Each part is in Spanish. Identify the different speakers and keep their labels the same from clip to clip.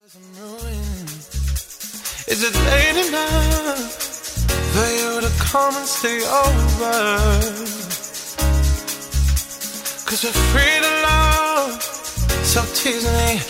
Speaker 1: Is it late enough for you to come and stay over? 'Cause we're free to love, so tease me.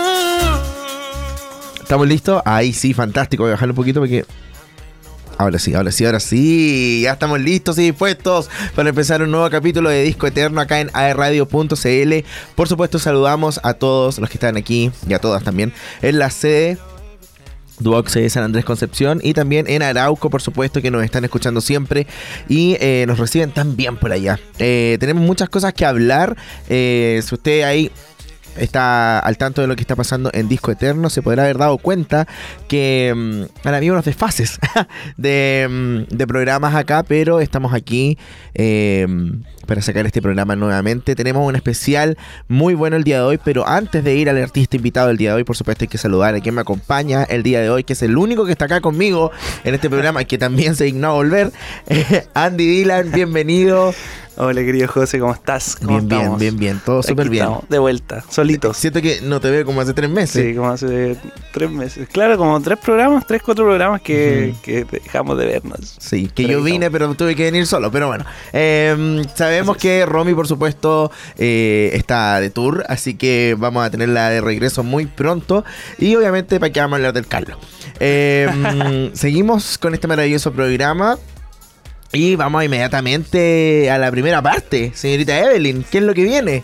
Speaker 2: ¿Estamos listos? Ahí sí, fantástico. Voy a bajarlo un poquito porque... Ahora sí. Ya estamos listos y dispuestos para empezar un nuevo capítulo de Disco Eterno acá en aerradio.cl. Por supuesto, saludamos a todos los que están aquí y a todas también en la sede Duox de San Andrés Concepción y también en Arauco, por supuesto, que nos están escuchando siempre y nos reciben tan bien por allá. Tenemos muchas cosas que hablar. Si usted ahí está al tanto de lo que está pasando en Disco Eterno, se podrá haber dado cuenta que han habido unos desfases de programas acá, pero estamos aquí para sacar este programa nuevamente. Tenemos un especial muy bueno el día de hoy, pero antes de ir al artista invitado del día de hoy, por supuesto hay que saludar a quien me acompaña el día de hoy, que es el único que está acá conmigo en este programa, que también se dignó a volver. Andy Dylan, bienvenido.
Speaker 3: Hola, querido José, ¿cómo estás? ¿Cómo estamos?
Speaker 2: Bien, todo súper bien.
Speaker 3: Estamos, de vuelta, solitos.
Speaker 2: Siento que no te veo como hace 3 meses.
Speaker 3: Sí, como hace 3 meses. Claro, como 4 programas que dejamos de vernos.
Speaker 2: Sí, que yo vine, pero tuve que venir solo, pero bueno. Sabemos que Romy, por supuesto, está de tour, así que vamos a tenerla de regreso muy pronto. Y obviamente, para que vamos a hablar del Carlos. Seguimos con este maravilloso programa. Y vamos inmediatamente a la primera parte, señorita Evelyn. ¿Qué es lo que viene?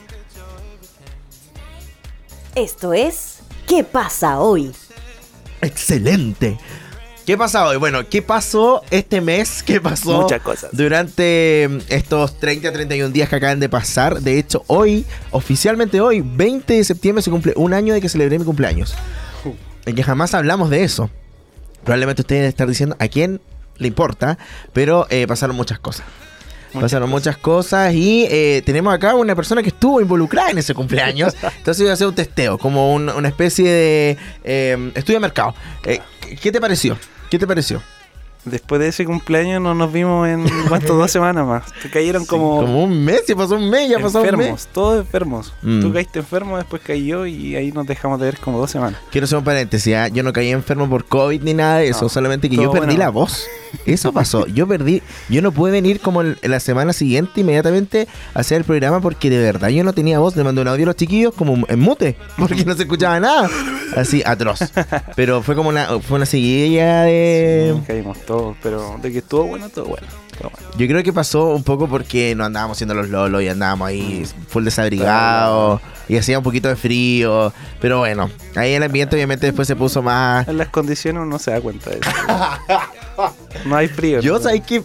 Speaker 4: Esto es ¿Qué pasa hoy?
Speaker 2: ¡Excelente! ¿Qué pasa hoy? Bueno, ¿qué pasó este mes? ¿Qué pasó?
Speaker 3: Muchas cosas.
Speaker 2: Durante estos 30 a 31 días que acaban de pasar. De hecho, hoy, oficialmente hoy, 20 de septiembre, se cumple un año de que celebré mi cumpleaños. En que jamás hablamos de eso. Probablemente ustedes están diciendo ¿a quién le importa? Pero pasaron muchas cosas. Muchas cosas y tenemos acá una persona que estuvo involucrada en ese cumpleaños. Entonces voy a hacer un testeo, como una especie de estudio de mercado. ¿Qué te pareció?
Speaker 3: Después de ese cumpleaños no nos vimos en ¿cuánto? 2 semanas más. Te cayeron como
Speaker 2: un mes, ya pasó un mes,
Speaker 3: enfermos, todos enfermos. Tú caíste enfermo, después caí yo y ahí nos dejamos de ver como 2 semanas.
Speaker 2: Quiero hacer un paréntesis, ¿eh? Yo no caí enfermo por COVID ni nada de eso, solamente que yo perdí la voz. Eso pasó, yo no pude venir como en la semana siguiente inmediatamente a hacer el programa porque de verdad yo no tenía voz. Le mandé un audio a los chiquillos como en mute, porque no se escuchaba nada. Así, atroz. Pero fue como una seguidilla de...
Speaker 3: Sí, caímos todos, pero de que estuvo bueno, todo bueno.
Speaker 2: Yo creo que pasó un poco porque no andábamos siendo los lolos y andábamos ahí full desabrigados y hacía un poquito de frío, pero bueno, ahí el ambiente obviamente después se puso más...
Speaker 3: En las condiciones uno se da cuenta de eso. No hay frío.
Speaker 2: Yo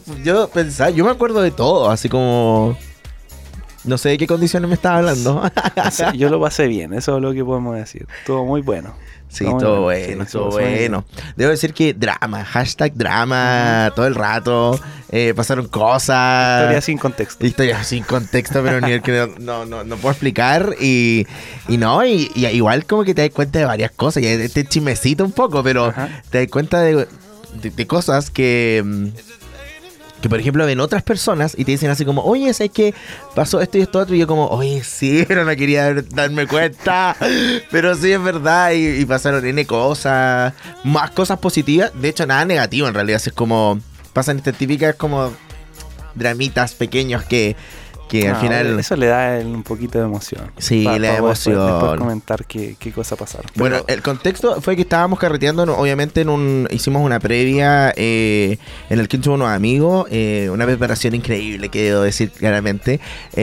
Speaker 2: me acuerdo de todo, así como... No sé de qué condiciones me estaba hablando.
Speaker 3: Sí, yo lo pasé bien, eso es lo que podemos decir. Estuvo muy bueno.
Speaker 2: Sí, todo bueno. Debo decir que drama, #drama, todo el rato. Pasaron cosas. Historias sin contexto, pero nivel que no puedo explicar. Y igual como que te das cuenta de varias cosas. Y te chismecito un poco, pero te das cuenta de cosas que por ejemplo ven otras personas y te dicen así como, oye, ¿sabes qué? Pasó esto y esto otro, y yo como, oye, sí, pero no quería darme cuenta, pero sí es verdad, y pasaron N cosas, más cosas positivas, de hecho nada negativo en realidad, es como, pasan estas típicas como dramitas pequeños que al final...
Speaker 3: Eso le da un poquito de emoción.
Speaker 2: Sí, le da emoción.
Speaker 3: Después comentar qué cosa pasaron.
Speaker 2: Bueno, el contexto fue que estábamos carreteando, obviamente hicimos una previa en el que tuvo unos amigos, una preparación increíble, que debo decir claramente.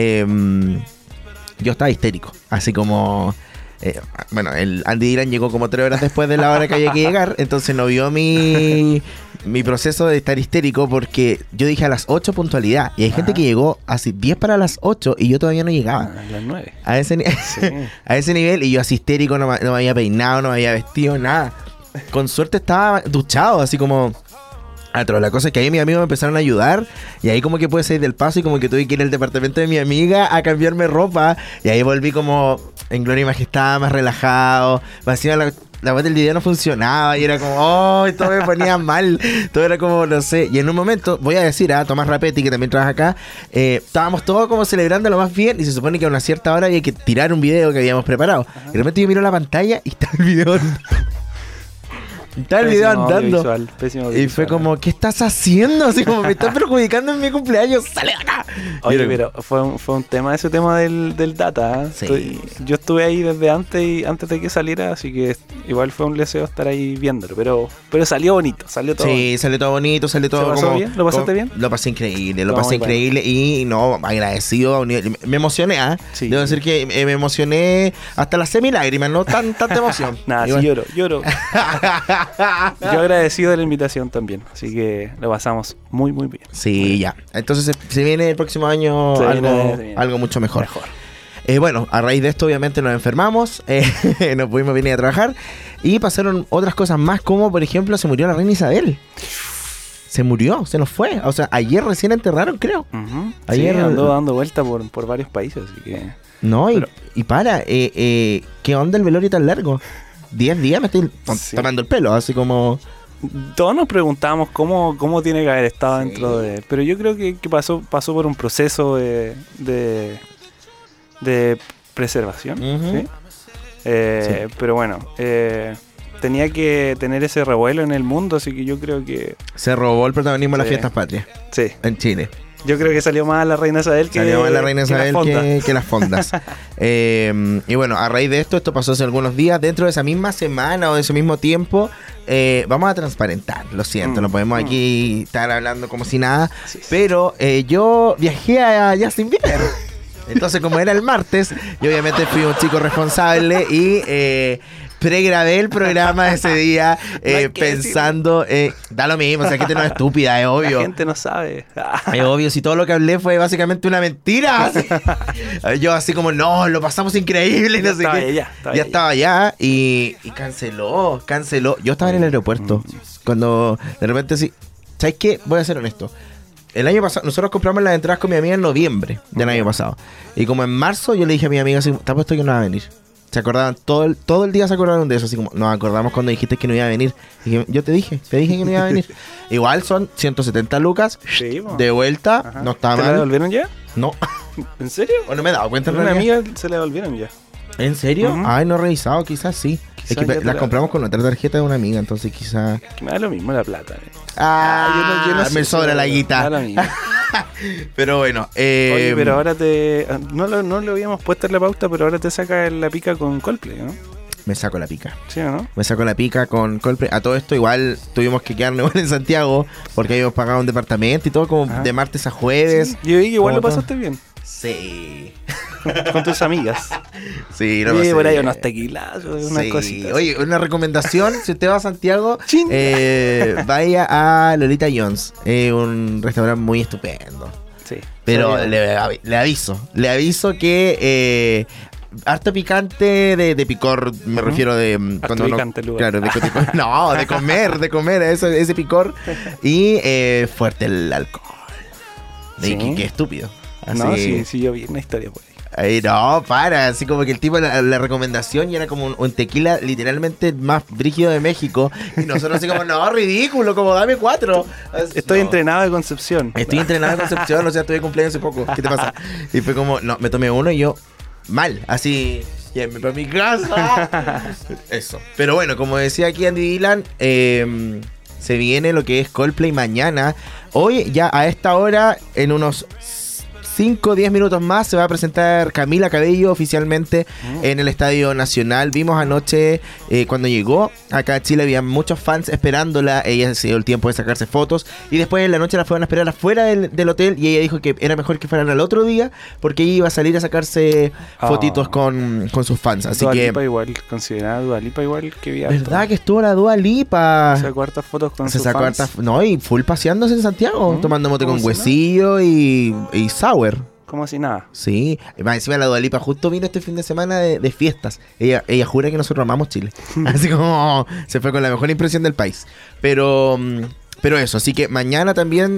Speaker 2: Yo estaba histérico, así como... el Andy Dylan llegó como 3 horas después de la hora que había que llegar, entonces no vio mi proceso de estar histérico porque yo dije a las 8 puntualidad y hay gente que llegó así 10 para las 8 y yo todavía no llegaba.
Speaker 3: A las 9.
Speaker 2: A ese nivel y yo así histérico, no me había peinado, no me había vestido, nada. Con suerte estaba duchado, así como... La cosa es que ahí mis amigos me empezaron a ayudar y ahí como que pude salir del paso y como que tuve que ir al departamento de mi amiga a cambiarme ropa y ahí volví como en gloria y majestad, más relajado. Encima la voz del video no funcionaba y era como, oh, todo me ponía mal, todo era como, no sé. Y en un momento, voy a decir a Tomás Rapetti, que también trabaja acá, estábamos todos como celebrando lo más bien y se supone que a una cierta hora había que tirar un video que habíamos preparado. Y de repente yo miro la pantalla y está el video Estaba el video
Speaker 3: Pésimo
Speaker 2: andando.
Speaker 3: audiovisual, pésimo
Speaker 2: Y
Speaker 3: audiovisual.
Speaker 2: fue como, ¿qué estás haciendo? Así como, me estás perjudicando en mi cumpleaños, ¡sale de acá!
Speaker 3: Oye,
Speaker 2: Mira,
Speaker 3: pero fue un tema ese tema del data. ¿eh?
Speaker 2: Sí.
Speaker 3: Yo estuve ahí desde antes de que saliera, así que igual fue un deseo estar ahí viéndolo. Pero salió bonito, salió todo.
Speaker 2: Sí, salió todo bonito, salió todo
Speaker 3: pasó
Speaker 2: como...
Speaker 3: bien? ¿Lo pasaste
Speaker 2: como-
Speaker 3: bien?
Speaker 2: Lo pasé increíble, lo
Speaker 3: No,
Speaker 2: pasé
Speaker 3: muy bueno.
Speaker 2: increíble y no, agradecido a un nivel- Me emocioné, ¿ah?
Speaker 3: Sí.
Speaker 2: Debo decir que me emocioné hasta las semilágrimas, no tanta emoción.
Speaker 3: Nada,
Speaker 2: Igual.
Speaker 3: sí lloro. Yo agradecido de la invitación también, así que lo pasamos muy bien.
Speaker 2: Sí, ya. Entonces se viene el próximo año
Speaker 3: Se
Speaker 2: algo,
Speaker 3: viene.
Speaker 2: algo mucho mejor.
Speaker 3: Mejor.
Speaker 2: Bueno, a raíz de esto obviamente nos enfermamos, no pudimos venir a trabajar y pasaron otras cosas más como por ejemplo se murió la reina Isabel. Se murió, se nos fue. O sea, ayer recién enterraron, creo.
Speaker 3: Ujú.
Speaker 2: Ayer-
Speaker 3: Sí, andó dando vuelta por varios países, así que...
Speaker 2: No,
Speaker 3: Pero-
Speaker 2: y para, ¿qué onda el velorio tan largo? 10 días me estoy
Speaker 3: Sí.
Speaker 2: tomando el pelo, así como...
Speaker 3: Todos nos preguntamos cómo tiene que haber estado
Speaker 2: Sí.
Speaker 3: dentro de... Pero yo creo que pasó por un proceso de preservación.
Speaker 2: Ujú.
Speaker 3: ¿sí? Pero bueno, tenía que tener ese revuelo en el mundo, así que yo creo que...
Speaker 2: Se robó el protagonismo de las
Speaker 3: Sí.
Speaker 2: fiestas patrias
Speaker 3: Sí,
Speaker 2: en Chile.
Speaker 3: yo creo que salió más la reina Isabel que
Speaker 2: Salió más la reina
Speaker 3: que
Speaker 2: Isabel
Speaker 3: las fondas.
Speaker 2: que las fondas. Y bueno, a raíz de esto pasó hace algunos días. Dentro de esa misma semana o de ese mismo tiempo, vamos a transparentar. Lo siento, no podemos aquí estar hablando como si nada.
Speaker 3: Sí, sí.
Speaker 2: Pero yo viajé a Justin Bieber. Entonces, como era el martes, yo obviamente fui un chico responsable y pregrabé el programa ese día
Speaker 3: No hay que
Speaker 2: pensando... da lo mismo, o sea, gente no es estúpida, es obvio.
Speaker 3: La gente no sabe.
Speaker 2: Es obvio, si todo lo que hablé fue básicamente una mentira. así. Yo así como, no, lo pasamos increíble.
Speaker 3: Ya
Speaker 2: No sé
Speaker 3: estaba
Speaker 2: qué.
Speaker 3: allá,
Speaker 2: Ya estaba allá y canceló. Yo estaba en el aeropuerto. Cuando de repente sí. ¿Sabes qué? Voy a ser honesto. El año pasado, nosotros compramos las entradas con mi amiga en noviembre del año pasado. Y como en marzo yo le dije a mi amiga así, te apuesto que no va a venir. Se acordaban, todo el día se acordaron de eso, así como, nos acordamos cuando dijiste que no iba a venir. Y que, yo te dije que no iba a venir. Igual son 170 lucas,
Speaker 3: Sí, po.
Speaker 2: de vuelta,
Speaker 3: Ajá.
Speaker 2: no está
Speaker 3: ¿Te la
Speaker 2: mal.
Speaker 3: devolvieron ya?
Speaker 2: No,
Speaker 3: ¿En serio?
Speaker 2: o no me he dado cuenta en
Speaker 3: Una
Speaker 2: realidad.
Speaker 3: amiga se la devolvieron ya.
Speaker 2: ¿En serio?
Speaker 3: Ujú.
Speaker 2: Ay, no he revisado, quizás sí.
Speaker 3: Quizás
Speaker 2: Es que
Speaker 3: ya te
Speaker 2: las
Speaker 3: la-
Speaker 2: compramos con otra tarjeta de una amiga, entonces quizás...
Speaker 3: Que me da lo mismo la plata.
Speaker 2: Ah,
Speaker 3: sé
Speaker 2: me
Speaker 3: si
Speaker 2: sobra la
Speaker 3: me da
Speaker 2: guita.
Speaker 3: lo mismo.
Speaker 2: Pero bueno,
Speaker 3: Oye, pero ahora te... No lo habíamos puesto en la pauta, pero ahora te saca la pica con Coldplay, ¿no?
Speaker 2: me saco la pica.
Speaker 3: ¿Sí o no?
Speaker 2: Me saco la pica con Coldplay. A todo esto igual tuvimos que quedarnos igual en Santiago porque habíamos pagado un departamento y todo como
Speaker 3: Ajá.
Speaker 2: de martes a jueves.
Speaker 3: Sí, yo vi que igual
Speaker 2: como
Speaker 3: lo
Speaker 2: todo.
Speaker 3: pasaste bien.
Speaker 2: Sí.
Speaker 3: Con tus amigas.
Speaker 2: Sí,
Speaker 3: Sí,
Speaker 2: pasé
Speaker 3: por ahí
Speaker 2: bien.
Speaker 3: unos tequilazos, unas
Speaker 2: Sí.
Speaker 3: cositas.
Speaker 2: Oye, una recomendación, si usted va a Santiago,
Speaker 3: Chin.
Speaker 2: vaya a Lolita Jones, un restaurante muy estupendo.
Speaker 3: Sí.
Speaker 2: Pero
Speaker 3: Sí,
Speaker 2: le aviso que harto picante de picor, me
Speaker 3: Ujú.
Speaker 2: refiero de
Speaker 3: Harto picante el lugar.
Speaker 2: claro, no, de comer, ese picor y fuerte el alcohol.
Speaker 3: Sí.
Speaker 2: Qué estúpido.
Speaker 3: No,
Speaker 2: Así-
Speaker 3: sí, yo vi una historia por ahí.
Speaker 2: Ay, no, para, así como que el tipo, la recomendación y era como un tequila literalmente más brígido de México. Y nosotros así como, no, ridículo, como dame 4.
Speaker 3: Estoy
Speaker 2: No.
Speaker 3: entrenado de Concepción.
Speaker 2: Estoy entrenado en Concepción, o sea, tuve cumpleaños hace poco. ¿Qué te pasa? Y fue como, no, me tomé uno y yo, mal, así, llévenme para mi casa. Eso. Pero bueno, como decía aquí Andy Dylan, se viene lo que es Coldplay mañana. Hoy, ya a esta hora, en unos 5 o 10 minutos más se va a presentar Camila Cabello oficialmente en el Estadio Nacional. Vimos anoche cuando llegó acá a Chile, había muchos fans esperándola. Ella se dio el tiempo de sacarse fotos y después en la noche la fueron a esperar afuera del hotel y ella dijo que era mejor que fueran al otro día porque ella iba a salir a sacarse fotitos con sus fans. Así
Speaker 3: Dua
Speaker 2: que,
Speaker 3: Lipa igual, considerada Dua Lipa igual que vi
Speaker 2: ¿verdad que estuvo la Dua Lipa?
Speaker 3: Se sacó hartas fotos con
Speaker 2: Se
Speaker 3: sus
Speaker 2: sacó
Speaker 3: fans.
Speaker 2: hartas, no, y full paseándose en Santiago, tomando mote
Speaker 3: ¿cómo
Speaker 2: con
Speaker 3: se
Speaker 2: huesillo y sour.
Speaker 3: Como si nada.
Speaker 2: Sí, y más encima la Dua Lipa justo vino este fin de semana de fiestas. Ella jura que nosotros amamos Chile. Así como se fue con la mejor impresión del país. Pero eso, así que mañana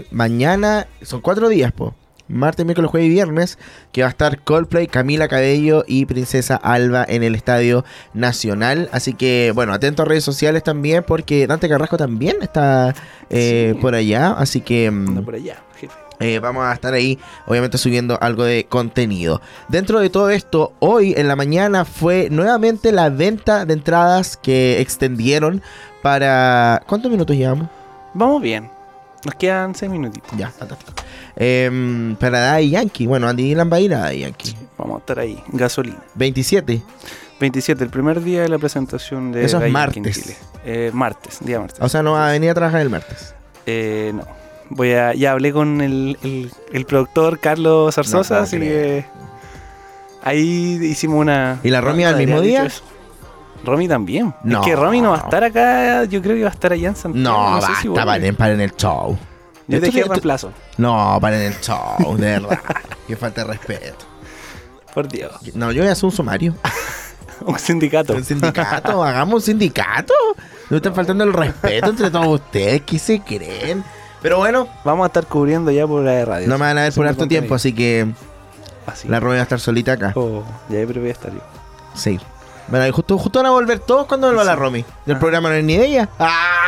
Speaker 2: son 4 días, po. Martes, miércoles, jueves y viernes, que va a estar Coldplay, Camila Cabello y Princesa Alba en el Estadio Nacional. Así que, bueno, atento a redes sociales también, porque Dante Carrasco también está
Speaker 3: Sí.
Speaker 2: por allá. Así que...
Speaker 3: Anda por allá, jefe.
Speaker 2: Vamos a estar ahí, obviamente, subiendo algo de contenido. Dentro de todo esto, hoy en la mañana fue nuevamente la venta de entradas que extendieron para... ¿Cuántos minutos llevamos?
Speaker 3: Vamos bien. Nos quedan 6 minutitos.
Speaker 2: Ya, fantástico. Para Daddy Yankee. Bueno, Andy Dylan va a ir a Daddy Yankee.
Speaker 3: Vamos a estar ahí. Gasolina.
Speaker 2: 27.
Speaker 3: 27, el primer día de la presentación de
Speaker 2: Eso es
Speaker 3: Daddy Yankee
Speaker 2: martes.
Speaker 3: en Chile. Día martes.
Speaker 2: O sea, no va a venir a trabajar el martes.
Speaker 3: No. Ya hablé con el productor Carlos Zarzosa,
Speaker 2: No,
Speaker 3: así
Speaker 2: creo.
Speaker 3: que ahí hicimos una...
Speaker 2: ¿Y la Romy
Speaker 3: no,
Speaker 2: al mismo
Speaker 3: habría
Speaker 2: día?
Speaker 3: dicho eso. Romy también.
Speaker 2: No.
Speaker 3: Es que Romy no va a estar acá, yo creo que va a estar allá en Santiago.
Speaker 2: No,
Speaker 3: sé
Speaker 2: basta,
Speaker 3: si vuelve.
Speaker 2: paren el show.
Speaker 3: Yo
Speaker 2: Esto
Speaker 3: dejé
Speaker 2: que-
Speaker 3: reemplazo,
Speaker 2: No, paren el show, de verdad. Que falta de respeto.
Speaker 3: por Dios.
Speaker 2: No, yo voy a hacer un sumario.
Speaker 3: Un sindicato.
Speaker 2: ¿Un sindicato? ¿Hagamos un sindicato? No están faltando el respeto entre todos ustedes. ¿Qué se creen? Pero bueno,
Speaker 3: Vamos a estar cubriendo ya por la de radio.
Speaker 2: no me van a ver por harto tiempo, así que
Speaker 3: Así.
Speaker 2: la Romy va a estar solita acá.
Speaker 3: Oh, ya, pero voy a estar yo.
Speaker 2: Sí. Bueno, y justo van a volver todos cuando vuelva la Romy. El programa no es ni de ella. ¡Ah!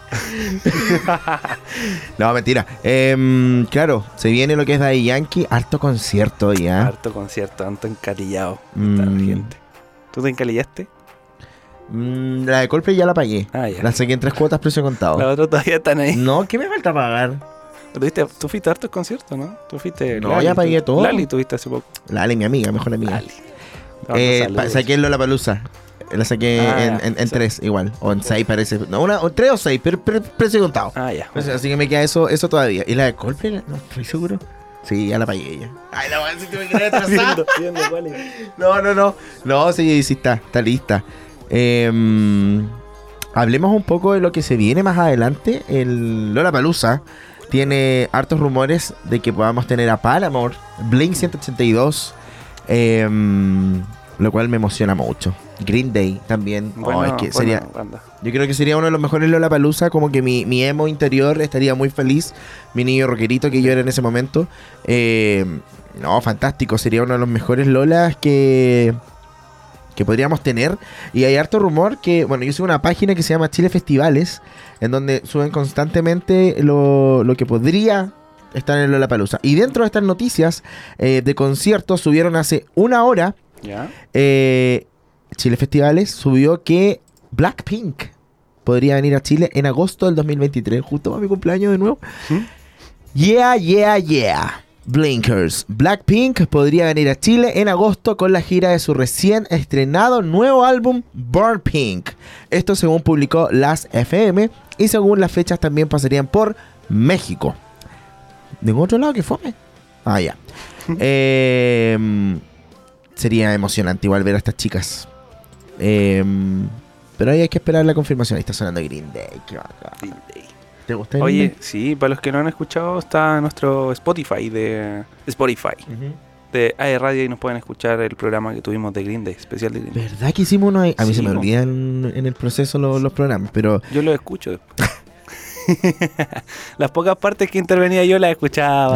Speaker 2: No, mentira. Claro, se viene lo que es Daddy Yankee. Harto concierto ya.
Speaker 3: Harto concierto, tanto encalillado.
Speaker 2: Mm.
Speaker 3: Está gente. ¿Tú te encalillaste?
Speaker 2: La de Coldplay ya la pagué.
Speaker 3: Ah, ya.
Speaker 2: La saqué en 3 cuotas precio contado.
Speaker 3: Los otros todavía están ahí.
Speaker 2: No, ¿qué me falta pagar?
Speaker 3: Tú fuiste a hartos conciertos, ¿no? Tú fuiste...
Speaker 2: No, ya pagué todo.
Speaker 3: Lali tuviste hace poco.
Speaker 2: Lali, mi amiga, mejor amiga.
Speaker 3: Lali. Te mando saludos.
Speaker 2: Saqué el Lollapalooza. La saqué en
Speaker 3: sí.
Speaker 2: 3 igual. O en 6 parece. No, o 3 o 6, pero precio contado.
Speaker 3: Ya.
Speaker 2: Pues, así que me queda eso todavía. ¿Y la de Coldplay? No estoy seguro. Sí, ya la pagué ya. Ay, la voy a decir que me quería atrasar.
Speaker 3: Viendo cuál es.
Speaker 2: No. No, sí, está lista. Hablemos un poco de lo que se viene más adelante. El Lollapalooza tiene hartos rumores de que podamos tener a Paramore, Blink 182, lo cual me emociona mucho. Green Day también.
Speaker 3: Bueno,
Speaker 2: Es que sería,
Speaker 3: banda.
Speaker 2: yo creo que sería uno de los mejores Lollapalooza. Como que mi emo interior estaría muy feliz. Mi niño rockerito que yo era en ese momento. No, fantástico. Sería uno de los mejores Lolas que podríamos tener. Y hay harto rumor que, bueno, yo sigo una página que se llama Chile Festivales, en donde suben constantemente lo que podría estar en el Lollapalooza. Y dentro de estas noticias de conciertos subieron hace una hora.
Speaker 3: ¿Ya?
Speaker 2: Chile Festivales subió que Blackpink podría venir a Chile en agosto del 2023, justo para mi cumpleaños de nuevo. Yeah. Blinkers. Blackpink podría venir a Chile en agosto con la gira de su recién estrenado nuevo álbum Burn Pink. Esto según publicó Las FM y según las fechas también pasarían por México. ¿De otro lado que fome? Ah, ya. Sería emocionante igual ver a estas chicas. Pero ahí hay que esperar la confirmación. Ahí está sonando Green Day. Qué bacán.
Speaker 3: Green Day.
Speaker 2: ¿Te gusta Green
Speaker 3: Oye,
Speaker 2: Day?
Speaker 3: sí, para los que no han escuchado, está nuestro Spotify de AE Radio y nos pueden escuchar el programa que tuvimos de Green Day, especial de Green Day.
Speaker 2: ¿Verdad que hicimos uno ahí? A mí
Speaker 3: Sí,
Speaker 2: se me
Speaker 3: po.
Speaker 2: olvidan en el proceso los programas, pero
Speaker 3: Yo lo escucho después. Las pocas partes que intervenía yo las escuchaba.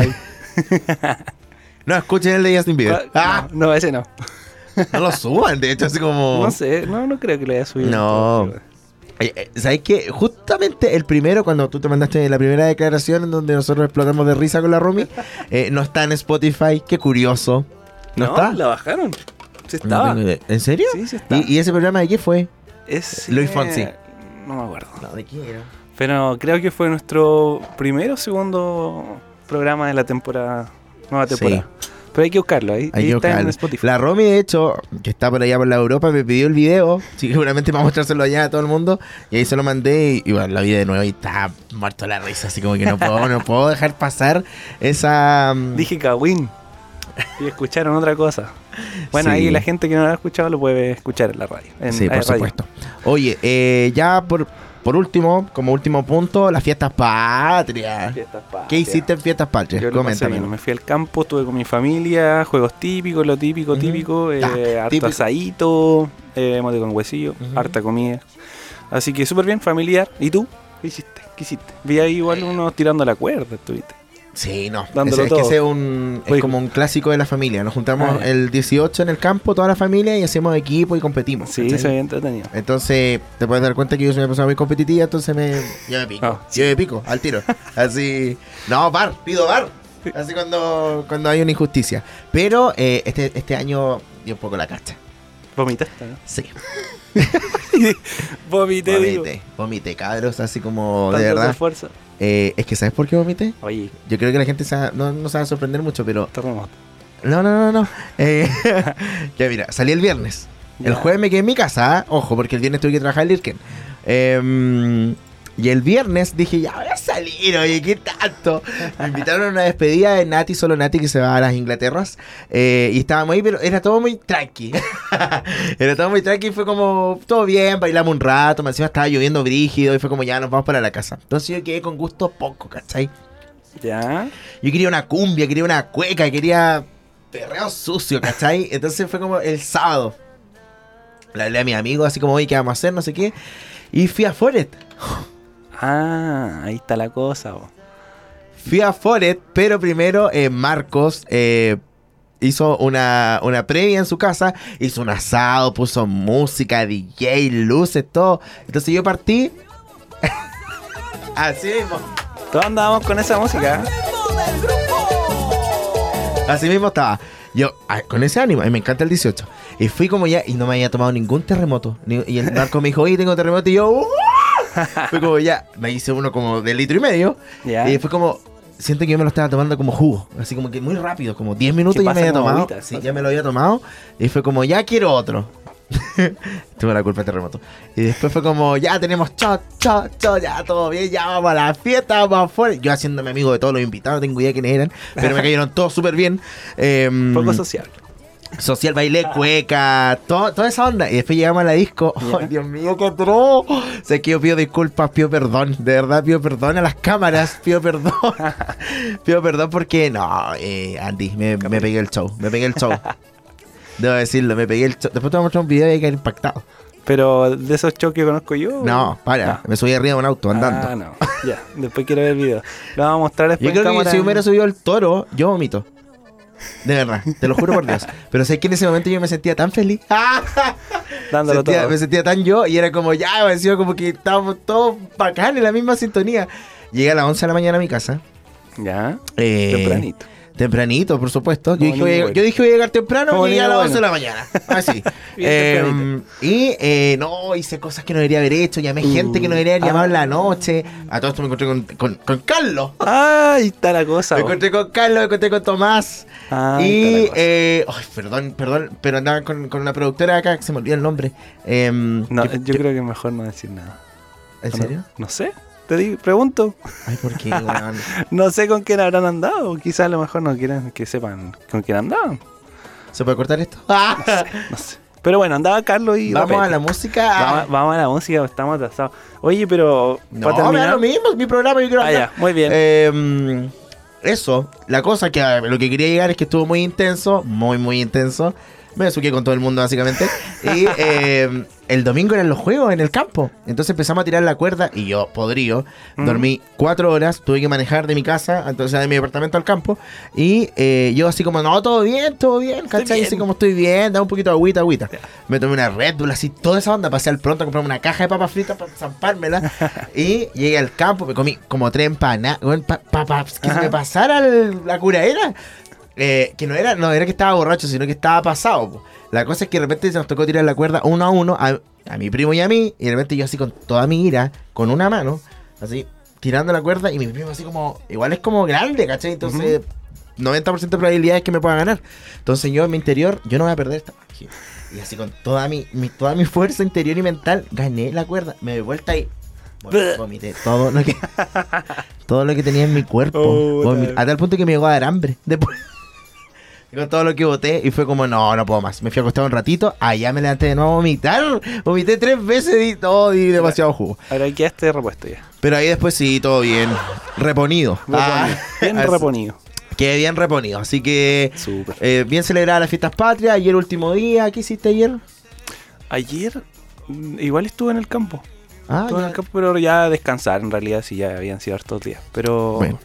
Speaker 2: no escuchen el de Justin Bieber.
Speaker 3: No, ese no.
Speaker 2: No lo suban, de hecho, así como...
Speaker 3: No sé, no creo que lo haya subido.
Speaker 2: No. ¿Sabes qué? Justamente el primero, cuando tú te mandaste la primera declaración en donde nosotros explotamos de risa con la Romy, no está en Spotify. Qué curioso. ¿No, está?
Speaker 3: La bajaron. Sí
Speaker 2: No
Speaker 3: estaba.
Speaker 2: tengo idea. ¿En serio?
Speaker 3: Sí, sí está.
Speaker 2: ¿Y ese programa de qué fue?
Speaker 3: Luis
Speaker 2: Fonsi.
Speaker 3: No me acuerdo.
Speaker 2: No, ¿de qué era?
Speaker 3: Pero creo que fue nuestro primero o segundo programa de la temporada. Nueva temporada. Pero hay que buscarlo. Ahí
Speaker 2: Hay que
Speaker 3: está en
Speaker 2: buscarlo.
Speaker 3: Spotify.
Speaker 2: La Romy, de hecho, que está por allá por la Europa, me pidió el video. Sí, seguramente para mostrárselo allá a todo el mundo. Y ahí se lo mandé y bueno, la vi de nuevo y está muerto la risa. Así como que no puedo dejar pasar esa...
Speaker 3: Dije Kawin. Y escucharon otra cosa. Bueno,
Speaker 2: Sí.
Speaker 3: ahí la gente que no lo ha escuchado lo puede escuchar en la radio.
Speaker 2: Sí, por
Speaker 3: AE Radio.
Speaker 2: supuesto. Oye, ya por último, como último punto, las fiestas patrias.
Speaker 3: Fiestas patrias.
Speaker 2: ¿Qué hiciste en fiestas patrias?
Speaker 3: Yo lo pasé
Speaker 2: Coméntame.
Speaker 3: bien. Me fui al campo, estuve con mi familia, juegos típicos, lo típico,
Speaker 2: Ujú.
Speaker 3: típico, harto
Speaker 2: típico.
Speaker 3: asadito, mote con huesillo,
Speaker 2: Ujú.
Speaker 3: harta comida. Así que súper bien, familiar. ¿Y tú? ¿Qué hiciste? Vi ahí igual unos tirando la cuerda, estuviste.
Speaker 2: Sí, no.
Speaker 3: Dándolo
Speaker 2: Es que
Speaker 3: todo.
Speaker 2: ese es
Speaker 3: Oye,
Speaker 2: como un clásico de la familia. Nos juntamos
Speaker 3: Ah.
Speaker 2: el 18 en el campo, toda la familia, y hacemos equipo y competimos.
Speaker 3: Sí,
Speaker 2: ¿cachai?
Speaker 3: se había entretenido.
Speaker 2: Entonces, te puedes dar cuenta que yo soy una persona muy competitiva, entonces yo me pico.
Speaker 3: Ah,
Speaker 2: Yo me pico, al tiro. Así. No, pido bar. Así cuando hay una injusticia. Pero este año dio un poco la cacha.
Speaker 3: ¿Vomitaste, no?
Speaker 2: Sí.
Speaker 3: Vomité,
Speaker 2: Vomité, cabros, así como
Speaker 3: tanto
Speaker 2: de verdad.
Speaker 3: esfuerzo.
Speaker 2: Es que ¿sabes por qué vomité?
Speaker 3: Oye,
Speaker 2: Yo creo que la gente no se va a sorprender mucho, pero...
Speaker 3: terremoto.
Speaker 2: No. Ya mira, salí el viernes.
Speaker 3: Ya.
Speaker 2: El jueves me quedé en mi casa, ojo, porque el viernes tuve que trabajar en Lirken. Y el viernes dije, ya voy a salir, oye, ¿qué tanto? Me invitaron a una despedida de Nati, solo Nati, que se va a las Inglaterras. Y estábamos ahí, pero era todo muy tranqui. Era todo muy tranqui, fue como, todo bien, bailamos un rato, encima estaba lloviendo brígido y fue como, ya nos vamos para la casa. Entonces yo quedé con gusto poco, ¿cachai?
Speaker 3: Ya.
Speaker 2: Yo quería una cumbia, quería una cueca, quería perreo sucio, ¿cachai? Entonces fue como el sábado. Le hablé a mi amigo, así como, oye, ¿qué vamos a hacer? No sé qué. Y fui a Forest.
Speaker 3: Ah, ahí está la cosa, bo.
Speaker 2: Fui a Forest, pero primero Marcos hizo una previa en su casa, hizo un asado, puso música, DJ, luces, todo. Entonces yo partí así mismo.
Speaker 3: Todos andábamos con esa música.
Speaker 2: Así mismo estaba. Yo, con ese ánimo, me encanta el 18. Y fui como ya, y no me había tomado ningún terremoto. Y el Marco me dijo, oye, tengo terremoto. Y yo, fue como ya, me hice uno como de 1,5 litros.
Speaker 3: Ya.
Speaker 2: Y fue como, siento que yo me lo estaba tomando como jugo. Así como que muy rápido, como 10 minutos
Speaker 3: ¿Qué
Speaker 2: ya me
Speaker 3: pasa
Speaker 2: había
Speaker 3: como
Speaker 2: tomado.
Speaker 3: agüita?
Speaker 2: Sí, ya me lo había tomado. Y fue como, ya quiero otro. Tuve la culpa del terremoto. Y después fue como, ya tenemos ya todo bien, ya vamos a la fiesta, vamos afuera. Yo haciéndome amigo de todos los invitados, no tengo idea quiénes eran, pero me cayeron todos súper bien.
Speaker 3: Poco social.
Speaker 2: Social, bailé, cueca, toda esa onda. Y después llegamos a la disco.
Speaker 3: Ya.
Speaker 2: ¡Ay, Dios mío, qué atroz! Sé que yo pido disculpas, pido perdón. De verdad, pido perdón a las cámaras. Pido perdón. Pido perdón porque, no, Andy, me pegué el show. Me pegué el show. Debo decirlo, me pegué el show. Después te voy a mostrar un video y hay que quedar impactado.
Speaker 3: Pero de esos shows que conozco yo.
Speaker 2: No, para. Me subí arriba de un auto andando.
Speaker 3: Ah, no. Ya, después quiero ver el video. Lo vamos a mostrar después.
Speaker 2: Yo creo
Speaker 3: en
Speaker 2: que
Speaker 3: cámara.
Speaker 2: si hubiera subido el toro, yo vomito. De verdad, te lo juro por Dios. Pero sé que en ese momento yo me sentía tan feliz.
Speaker 3: Dándolo todo.
Speaker 2: Me sentía tan yo y era como ya, me decía como que estábamos todos bacán en la misma sintonía. Llegué a las 11 de la mañana a mi casa.
Speaker 3: Ya.
Speaker 2: Tempranito. Tempranito, por supuesto. Yo
Speaker 3: Como
Speaker 2: dije,
Speaker 3: niño
Speaker 2: yo dije voy a llegar temprano
Speaker 3: Como
Speaker 2: y llegué a las
Speaker 3: niño
Speaker 2: 11 de la mañana. Así.
Speaker 3: Bien
Speaker 2: Y no, hice cosas que no debería haber hecho. Llamé gente que no debería haber llamado en la noche. A todo esto me encontré con Carlos.
Speaker 3: Ahí está la cosa.
Speaker 2: Me
Speaker 3: bo.
Speaker 2: encontré con Carlos, me encontré con Tomás.
Speaker 3: Ahí
Speaker 2: Y,
Speaker 3: está la cosa.
Speaker 2: perdón, pero andaba con una productora acá que se me olvida el nombre.
Speaker 3: No, yo creo que es mejor no decir nada.
Speaker 2: ¿En
Speaker 3: ¿O
Speaker 2: serio?
Speaker 3: No sé. Te digo, pregunto.
Speaker 2: Ay, ¿por qué, weón?
Speaker 3: No sé con quién habrán andado. Quizás a lo mejor no quieren que sepan con quién andaban.
Speaker 2: ¿Se puede cortar esto?
Speaker 3: No sé. Pero bueno, andaba Carlos y
Speaker 2: Vamos
Speaker 3: Rapete.
Speaker 2: a la música.
Speaker 3: Vamos a la música, estamos atrasados. Oye, pero
Speaker 2: No,
Speaker 3: para
Speaker 2: me da
Speaker 3: terminar.
Speaker 2: lo mismo, es mi programa, yo quiero
Speaker 3: Ah,
Speaker 2: hablar.
Speaker 3: ya, muy bien.
Speaker 2: Eso, la cosa que lo que quería llegar es que estuvo muy intenso, muy intenso. Me besuqué con todo el mundo básicamente. Y el domingo eran los juegos en el campo. Entonces empezamos a tirar la cuerda y yo, podrido, dormí 4 horas. Tuve que manejar de mi casa, entonces de mi departamento al campo. Y yo así como, no, todo bien, ¿cachai?
Speaker 3: bien.
Speaker 2: Así como estoy bien, da un poquito de agüita. Me tomé una Red Bull, así toda esa onda. Pasé al pronto a comprarme una caja de papas fritas para zampármela. Y llegué al campo, me comí como 3 empanadas. Que se me pasara la curaera. Que no era que estaba borracho, sino que estaba pasado. Po. La cosa es que de repente se nos tocó tirar la cuerda uno a uno, a mi primo y a mí, y de repente yo así con toda mi ira, con una mano, así, tirando la cuerda, y mi primo así como, igual es como grande, ¿cachai? Entonces, 90% de probabilidades que me pueda ganar. Entonces yo en mi interior, yo no voy a perder esta magia. Y así con toda mi fuerza interior y mental, gané la cuerda, me doy vuelta y vomité todo lo que tenía en mi cuerpo. A tal punto que me llegó a dar hambre después. Con todo lo que boté y fue como, no puedo más. Me fui a acostar un ratito, allá me levanté de nuevo a vomitar. Vomité 3 veces y demasiado jugo.
Speaker 3: Ahora quedaste repuesto ya.
Speaker 2: Pero ahí después sí, todo bien. Reponido.
Speaker 3: Bien
Speaker 2: Así-
Speaker 3: reponido.
Speaker 2: Quedé bien reponido. Así que
Speaker 3: Súper.
Speaker 2: bien celebradas las fiestas patrias. Ayer último día. ¿Qué hiciste ayer?
Speaker 3: Ayer igual estuve en el campo. Estuve en
Speaker 2: Ya.
Speaker 3: el campo, pero ya a descansar en realidad, si ya habían sido hartos días. Pero
Speaker 2: Bueno.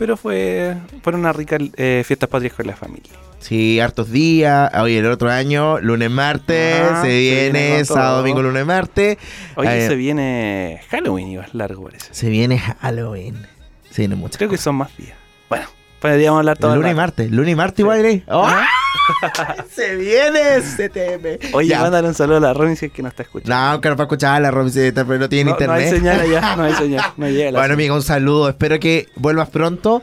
Speaker 3: fueron unas ricas fiestas patrias con la familia.
Speaker 2: Sí, hartos días. Hoy el otro año, lunes, martes.
Speaker 3: Ajá,
Speaker 2: se viene
Speaker 3: con todo.
Speaker 2: sábado, domingo, lunes, martes.
Speaker 3: Oye, se viene Halloween y va largo parece.
Speaker 2: Se viene Halloween. Se viene mucho.
Speaker 3: Creo que son más días. Bueno, Podríamos hablar todo el
Speaker 2: Lunes y
Speaker 3: rato.
Speaker 2: martes. Lunes y martes igual, ¿eh? ¡Oh! Se viene CTM.
Speaker 3: Oye,
Speaker 2: Ya.
Speaker 3: mándale un saludo a la Romy si es que no está escuchando.
Speaker 2: No, que no va a escuchar a la Robiceta, pero no tiene
Speaker 3: No, no
Speaker 2: internet.
Speaker 3: hay señal allá, no hay señal. No llega la
Speaker 2: Bueno,
Speaker 3: señal.
Speaker 2: amigo, un saludo. Espero que vuelvas pronto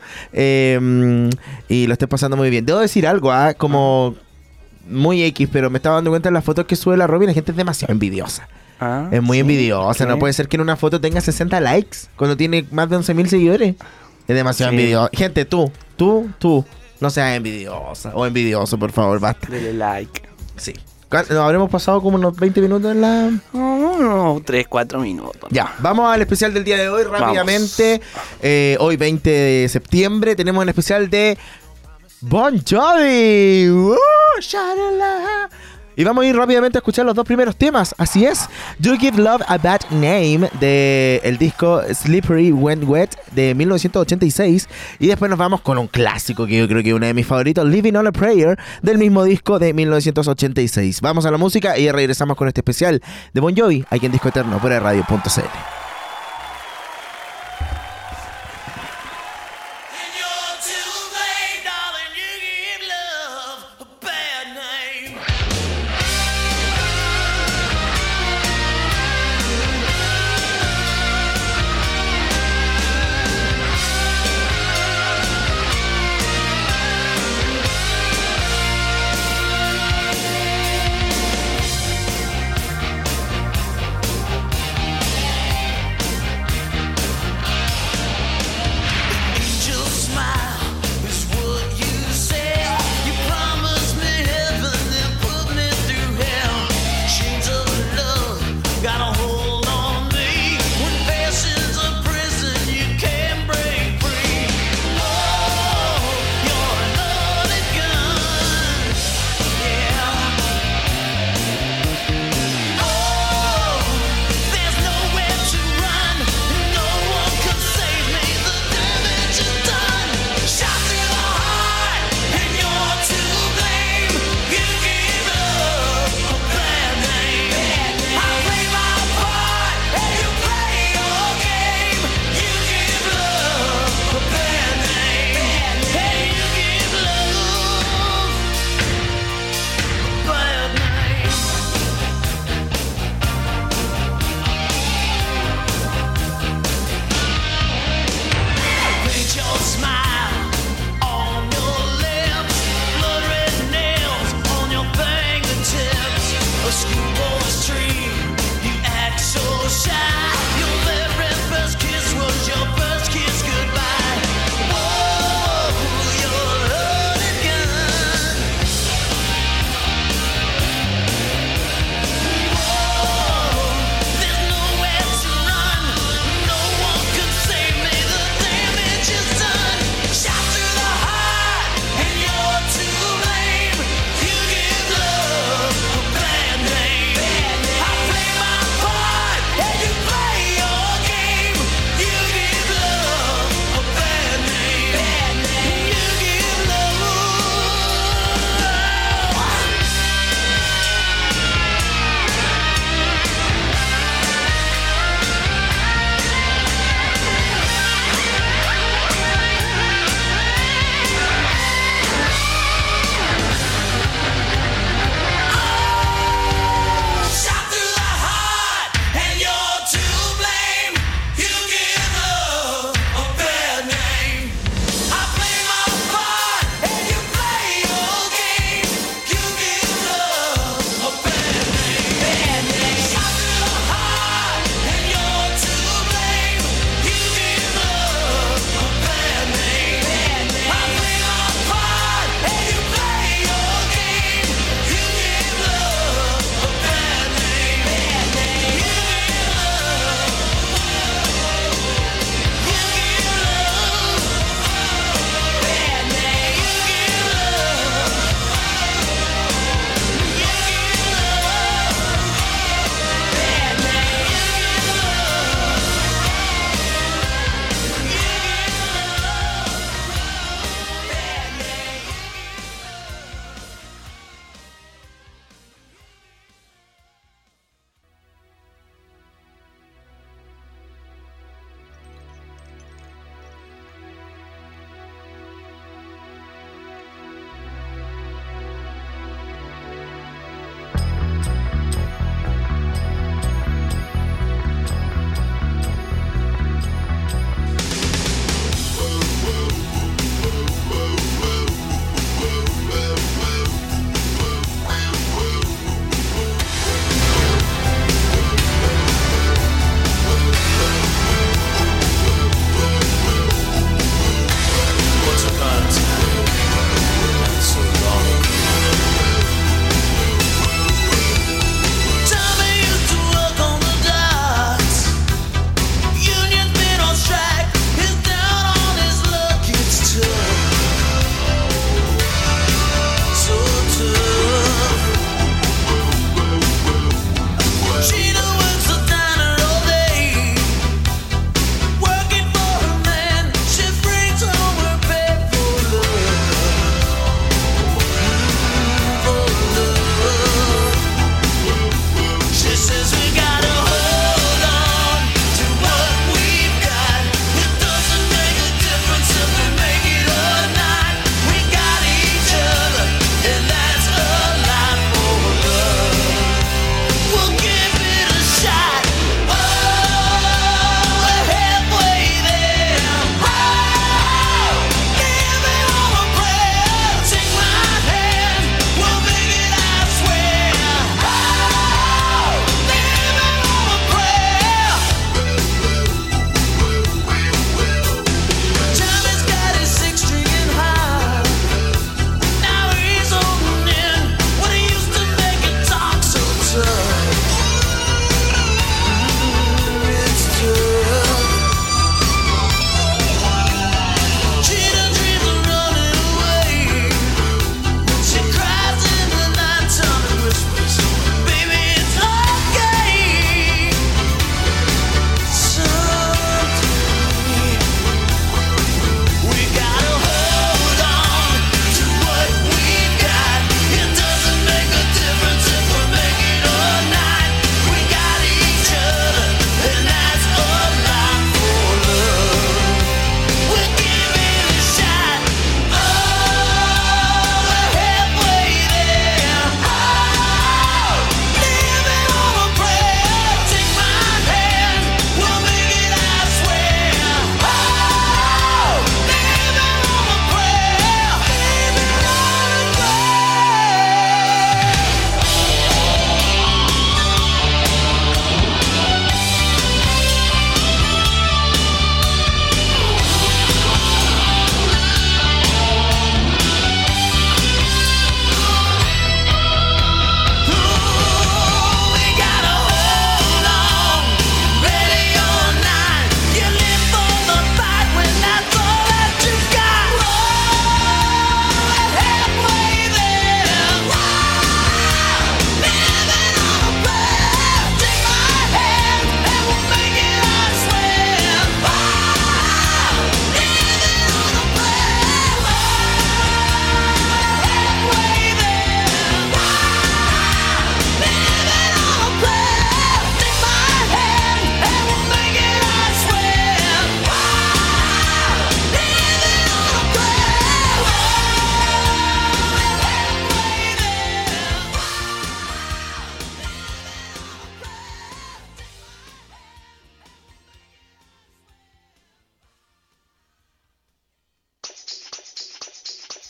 Speaker 2: y lo estés pasando muy bien. Debo decir algo, como muy X, pero me estaba dando cuenta en las fotos que sube la Robin. La gente es demasiado envidiosa.
Speaker 3: Ah,
Speaker 2: Es muy
Speaker 3: sí,
Speaker 2: envidiosa.
Speaker 3: ¿qué?
Speaker 2: No puede ser que en una foto tenga 60 likes cuando tiene más de 11.000 seguidores. Es demasiado
Speaker 3: Sí.
Speaker 2: envidiosa. Gente, tú. No seas envidiosa o envidioso, por favor, basta.
Speaker 3: Dele like.
Speaker 2: Sí. Nos habremos pasado como unos 20 minutos en la...
Speaker 3: No, 3-4 minutos.
Speaker 2: Ya, vamos al especial del día de hoy rápidamente. Hoy 20 de septiembre tenemos un especial de Bon Jovi. Sha-la-la. Y vamos a ir rápidamente a escuchar los dos primeros temas. Así es, You Give Love a Bad Name de el disco Slippery When Wet de 1986. Y después nos vamos con un clásico que yo creo que es uno de mis favoritos, Living on a Prayer, del mismo disco de 1986. Vamos a la música y regresamos con este especial de Bon Jovi aquí en Disco Eterno por radio.cl.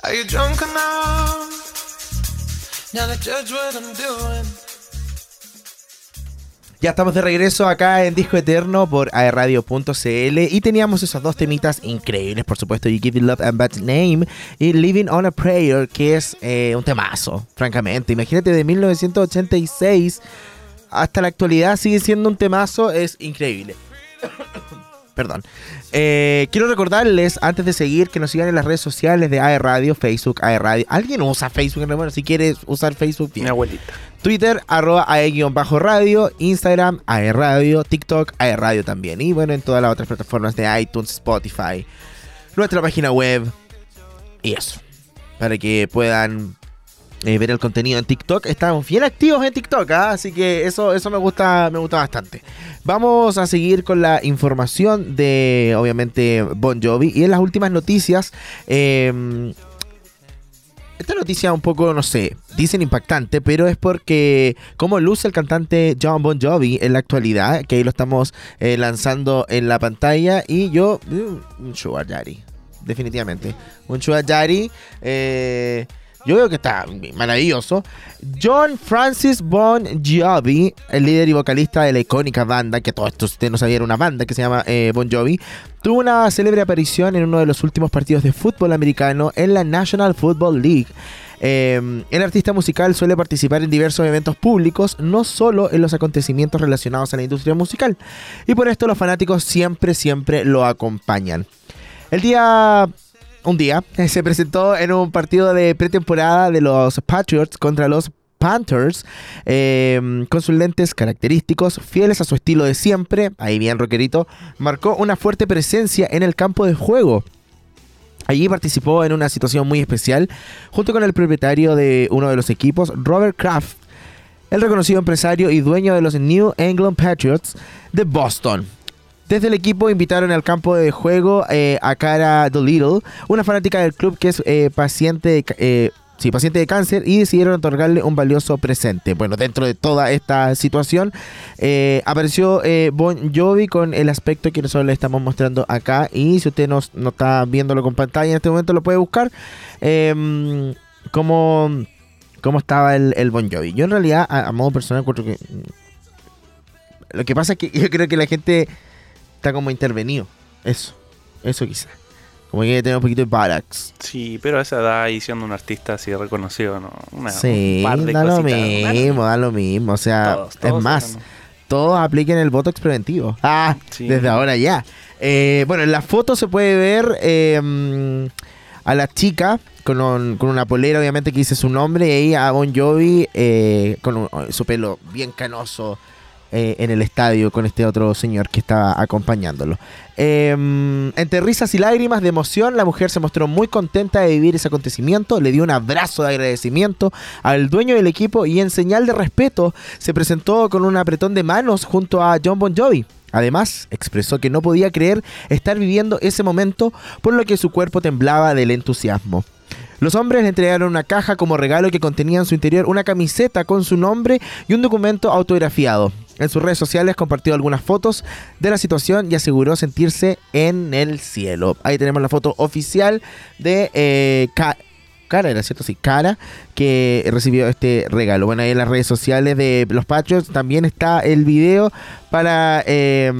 Speaker 1: Are you drunk enough now to judge what I'm doing?
Speaker 2: Ya estamos de regreso acá en Disco Eterno por aerradio.cl y teníamos esos dos temitas increíbles, por supuesto, You Give It Love and Bad Name y Living on a Prayer, que es un temazo, francamente. Imagínate, de 1986 hasta la actualidad sigue siendo un temazo, es increíble. Perdón. Quiero recordarles, antes de seguir, que nos sigan en las redes sociales de aerradio, Facebook, aerradio. ¿Alguien usa Facebook? Bueno, si quieres usar Facebook, bien.
Speaker 3: Mi abuelita.
Speaker 2: Twitter, @ae_radio, Instagram, aerradio, TikTok, aerradio también. Y bueno, en todas las otras plataformas de iTunes, Spotify, nuestra página web. Y eso, para que puedan ver el contenido en TikTok. Estamos bien activos en TikTok, ¿eh? Así que eso me gusta bastante. Vamos a seguir con la información de, obviamente, Bon Jovi. Y en las últimas noticias, esta noticia un poco, no sé, dicen impactante, pero es porque cómo luce el cantante Jon Bon Jovi en la actualidad, que ahí lo estamos lanzando en la pantalla. Y yo, un sugar daddy, definitivamente. Un sugar daddy, yo veo que está maravilloso. Jon Francis Bon Jovi, el líder y vocalista de la icónica banda, que todo esto usted no sabía, era una banda que se llama Bon Jovi, tuvo una célebre aparición en uno de los últimos partidos de fútbol americano en la National Football League. El artista musical suele participar en diversos eventos públicos, no solo en los acontecimientos relacionados a la industria musical, y por esto los fanáticos siempre lo acompañan. Un día se presentó en un partido de pretemporada de los Patriots contra los Panthers, con sus lentes característicos, fieles a su estilo de siempre, ahí bien rockerito, marcó una fuerte presencia en el campo de juego. Allí participó en una situación muy especial, junto con el propietario de uno de los equipos, Robert Kraft, el reconocido empresario y dueño de los New England Patriots de Boston. Desde el equipo invitaron al campo de juego a Cara Doolittle, una fanática del club que es paciente de cáncer, y decidieron otorgarle un valioso presente. Bueno, dentro de toda esta situación apareció Bon Jovi con el aspecto que nosotros le estamos mostrando acá, y si usted no está viéndolo con pantalla en este momento, lo puede buscar cómo estaba el Bon Jovi. Yo en realidad, a modo personal, encuentro que lo que pasa es que yo creo que la gente está como intervenido. Eso quizás. Como que tiene un poquito de barax.
Speaker 3: Sí, pero a esa edad, y siendo un artista así reconocido, ¿no?
Speaker 2: Sí,
Speaker 3: un par de
Speaker 2: da
Speaker 3: cositas,
Speaker 2: lo mismo. O sea,
Speaker 3: todos
Speaker 2: es más, todos apliquen el Botox preventivo.
Speaker 3: Sí.
Speaker 2: Desde ahora ya. Bueno, en la foto se puede ver a la chica con una polera, obviamente, que dice su nombre, y ahí a Bon Jovi con su pelo bien canoso, en el estadio con este otro señor que estaba acompañándolo. Entre risas y lágrimas de emoción, la mujer se mostró muy contenta de vivir ese acontecimiento, le dio un abrazo de agradecimiento al dueño del equipo y en señal de respeto se presentó con un apretón de manos junto a Jon Bon Jovi. Además, expresó que no podía creer estar viviendo ese momento, por lo que su cuerpo temblaba del entusiasmo. Los hombres le entregaron una caja como regalo que contenía en su interior una camiseta con su nombre y un documento autografiado. En sus redes sociales compartió algunas fotos de la situación y aseguró sentirse en el cielo. Ahí tenemos la foto oficial de Cara, ¿era cierto? Sí, Cara, que recibió este regalo. Bueno, ahí en las redes sociales de los Patriots también está el video para que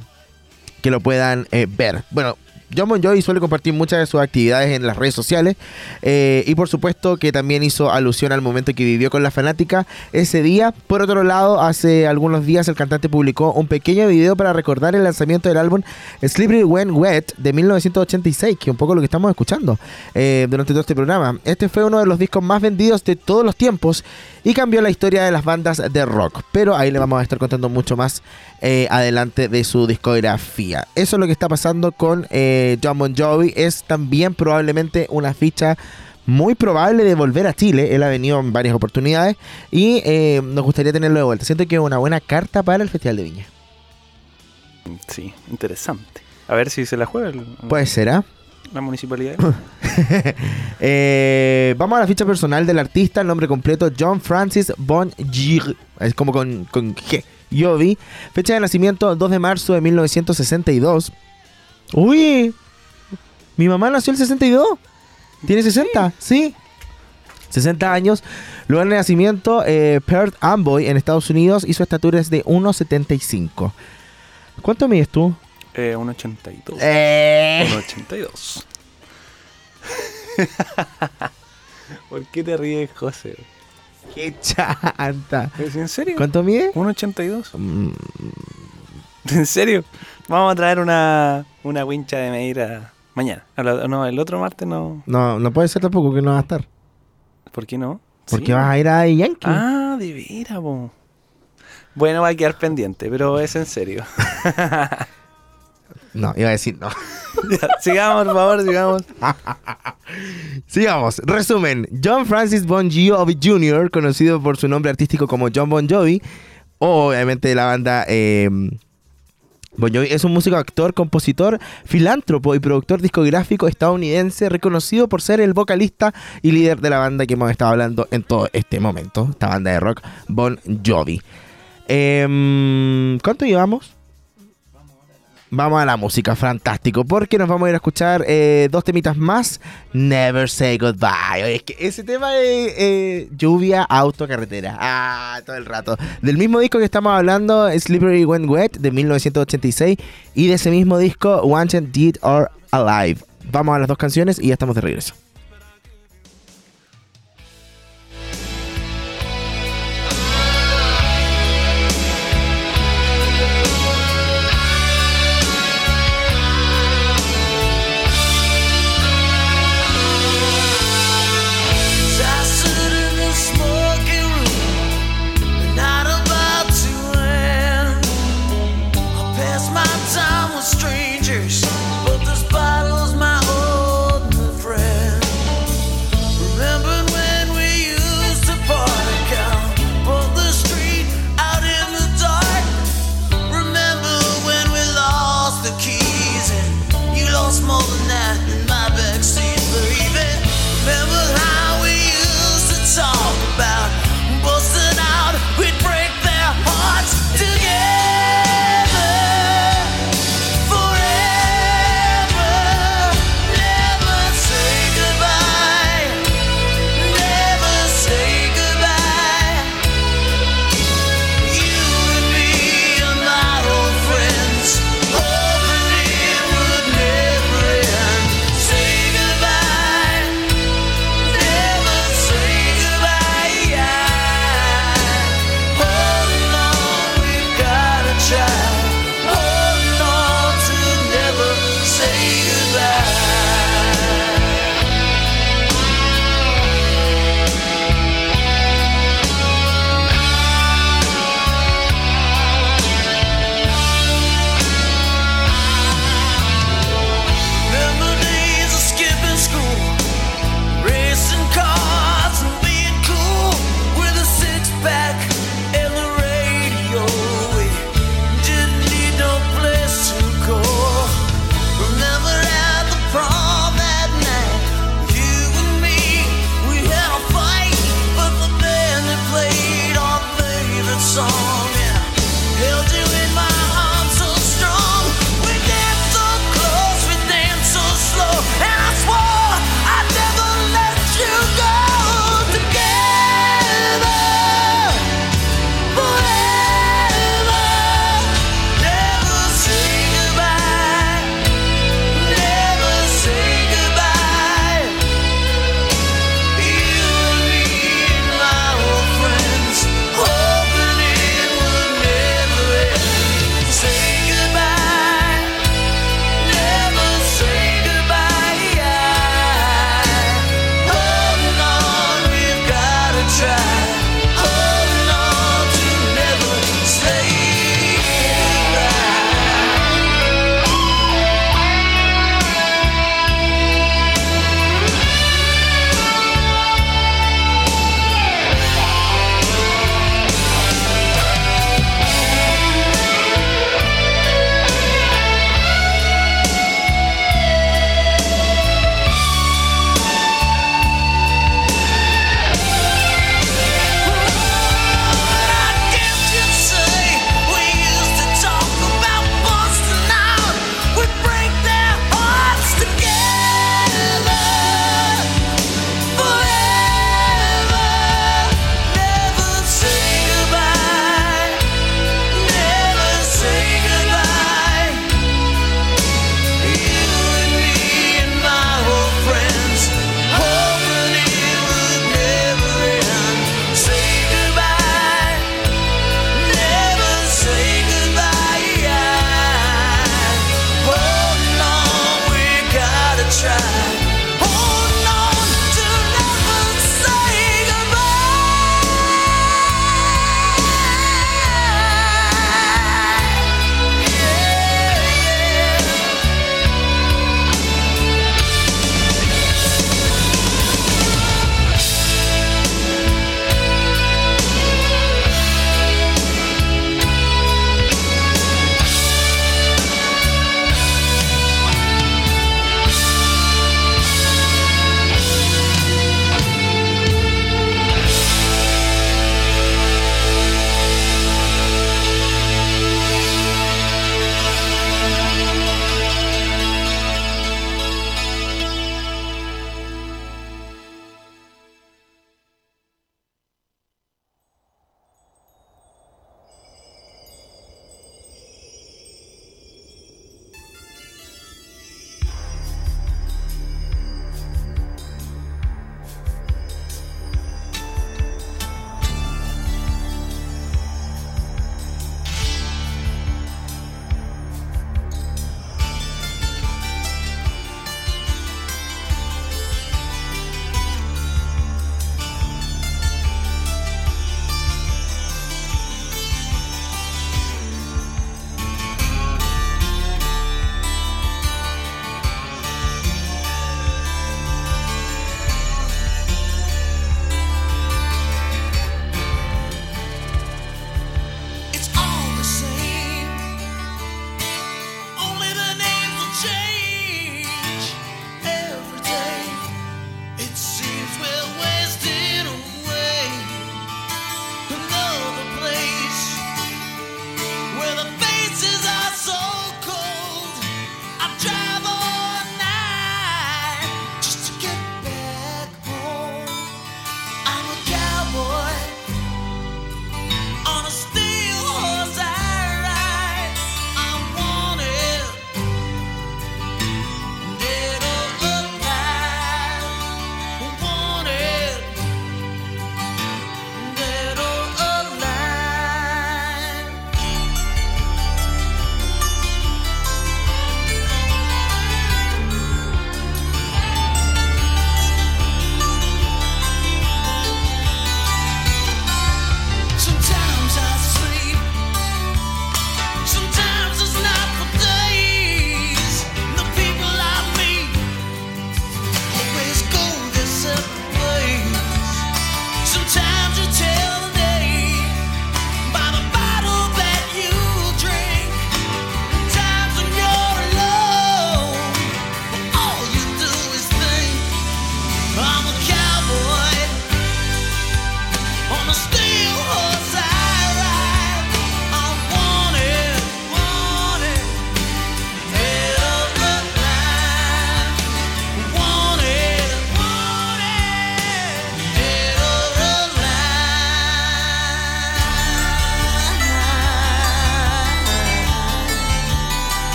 Speaker 2: lo puedan ver. Bueno, Jon Bon Jovi suele compartir muchas de sus actividades en las redes sociales, y por supuesto que también hizo alusión al momento que vivió con la fanática ese día. Por otro lado, hace algunos días el cantante publicó un pequeño video para recordar el lanzamiento del álbum Slippery When Wet de 1986, que es un poco lo que estamos escuchando durante todo este programa. Este fue uno de los discos más vendidos de todos los tiempos y cambió la historia de las bandas de rock, pero ahí le vamos a estar contando mucho más adelante de su discografía. Eso es lo que está pasando con Jon Bon Jovi. Es también probablemente una ficha muy probable de volver a Chile. Él ha venido en varias oportunidades y nos gustaría tenerlo de vuelta. Siento que es una buena carta para el Festival de Viña.
Speaker 3: Sí, interesante. A ver si se la juega
Speaker 2: Puede ser, ¿ah?
Speaker 3: La municipalidad.
Speaker 2: Vamos a la ficha personal del artista. El nombre completo: Jon Francis Bon Jovi. Es como con G. Jovi. Fecha de nacimiento: 2 de marzo de 1962. ¡Uy! Mi mamá nació el 62. ¿Tiene 60? Sí. 60 años. Lugar de nacimiento, Perth Amboy, en Estados Unidos, y su estatura es de 1,75. ¿Cuánto mides tú?
Speaker 3: 1,82. 1,82. ¿Por qué te ríes, José?
Speaker 2: ¡Qué chanta!
Speaker 3: ¿Es en serio?
Speaker 2: ¿Cuánto mide?
Speaker 3: 1,82. ¿En serio? Vamos a traer una wincha de medida mañana. No, el otro martes no.
Speaker 2: No puede ser tampoco que no va a estar.
Speaker 3: ¿Por qué no?
Speaker 2: Porque
Speaker 3: Sí.
Speaker 2: vas a ir a Yankee.
Speaker 3: Ah, de veras, po. Bueno, va a quedar pendiente, pero es en serio.
Speaker 2: No, iba a decir no.
Speaker 3: Ya, sigamos, por favor, sigamos.
Speaker 2: Sigamos. Resumen. John Francis Bon Jovi Jr., conocido por su nombre artístico como John Bon Jovi, o obviamente de la banda Bon Jovi, es un músico, actor, compositor, filántropo y productor discográfico estadounidense, reconocido por ser el vocalista y líder de la banda que hemos estado hablando en todo este momento, esta banda de rock Bon Jovi. ¿Cuánto llevamos? Vamos a la música, fantástico, porque nos vamos a ir a escuchar 2 temitas más. Never Say Goodbye. Oye, es que ese tema de lluvia, auto, carretera. Todo el rato. Del mismo disco que estamos hablando, Slippery When Wet, de 1986. Y de ese mismo disco, Wanted, Dead or Alive. Vamos a las 2 canciones y ya estamos de regreso.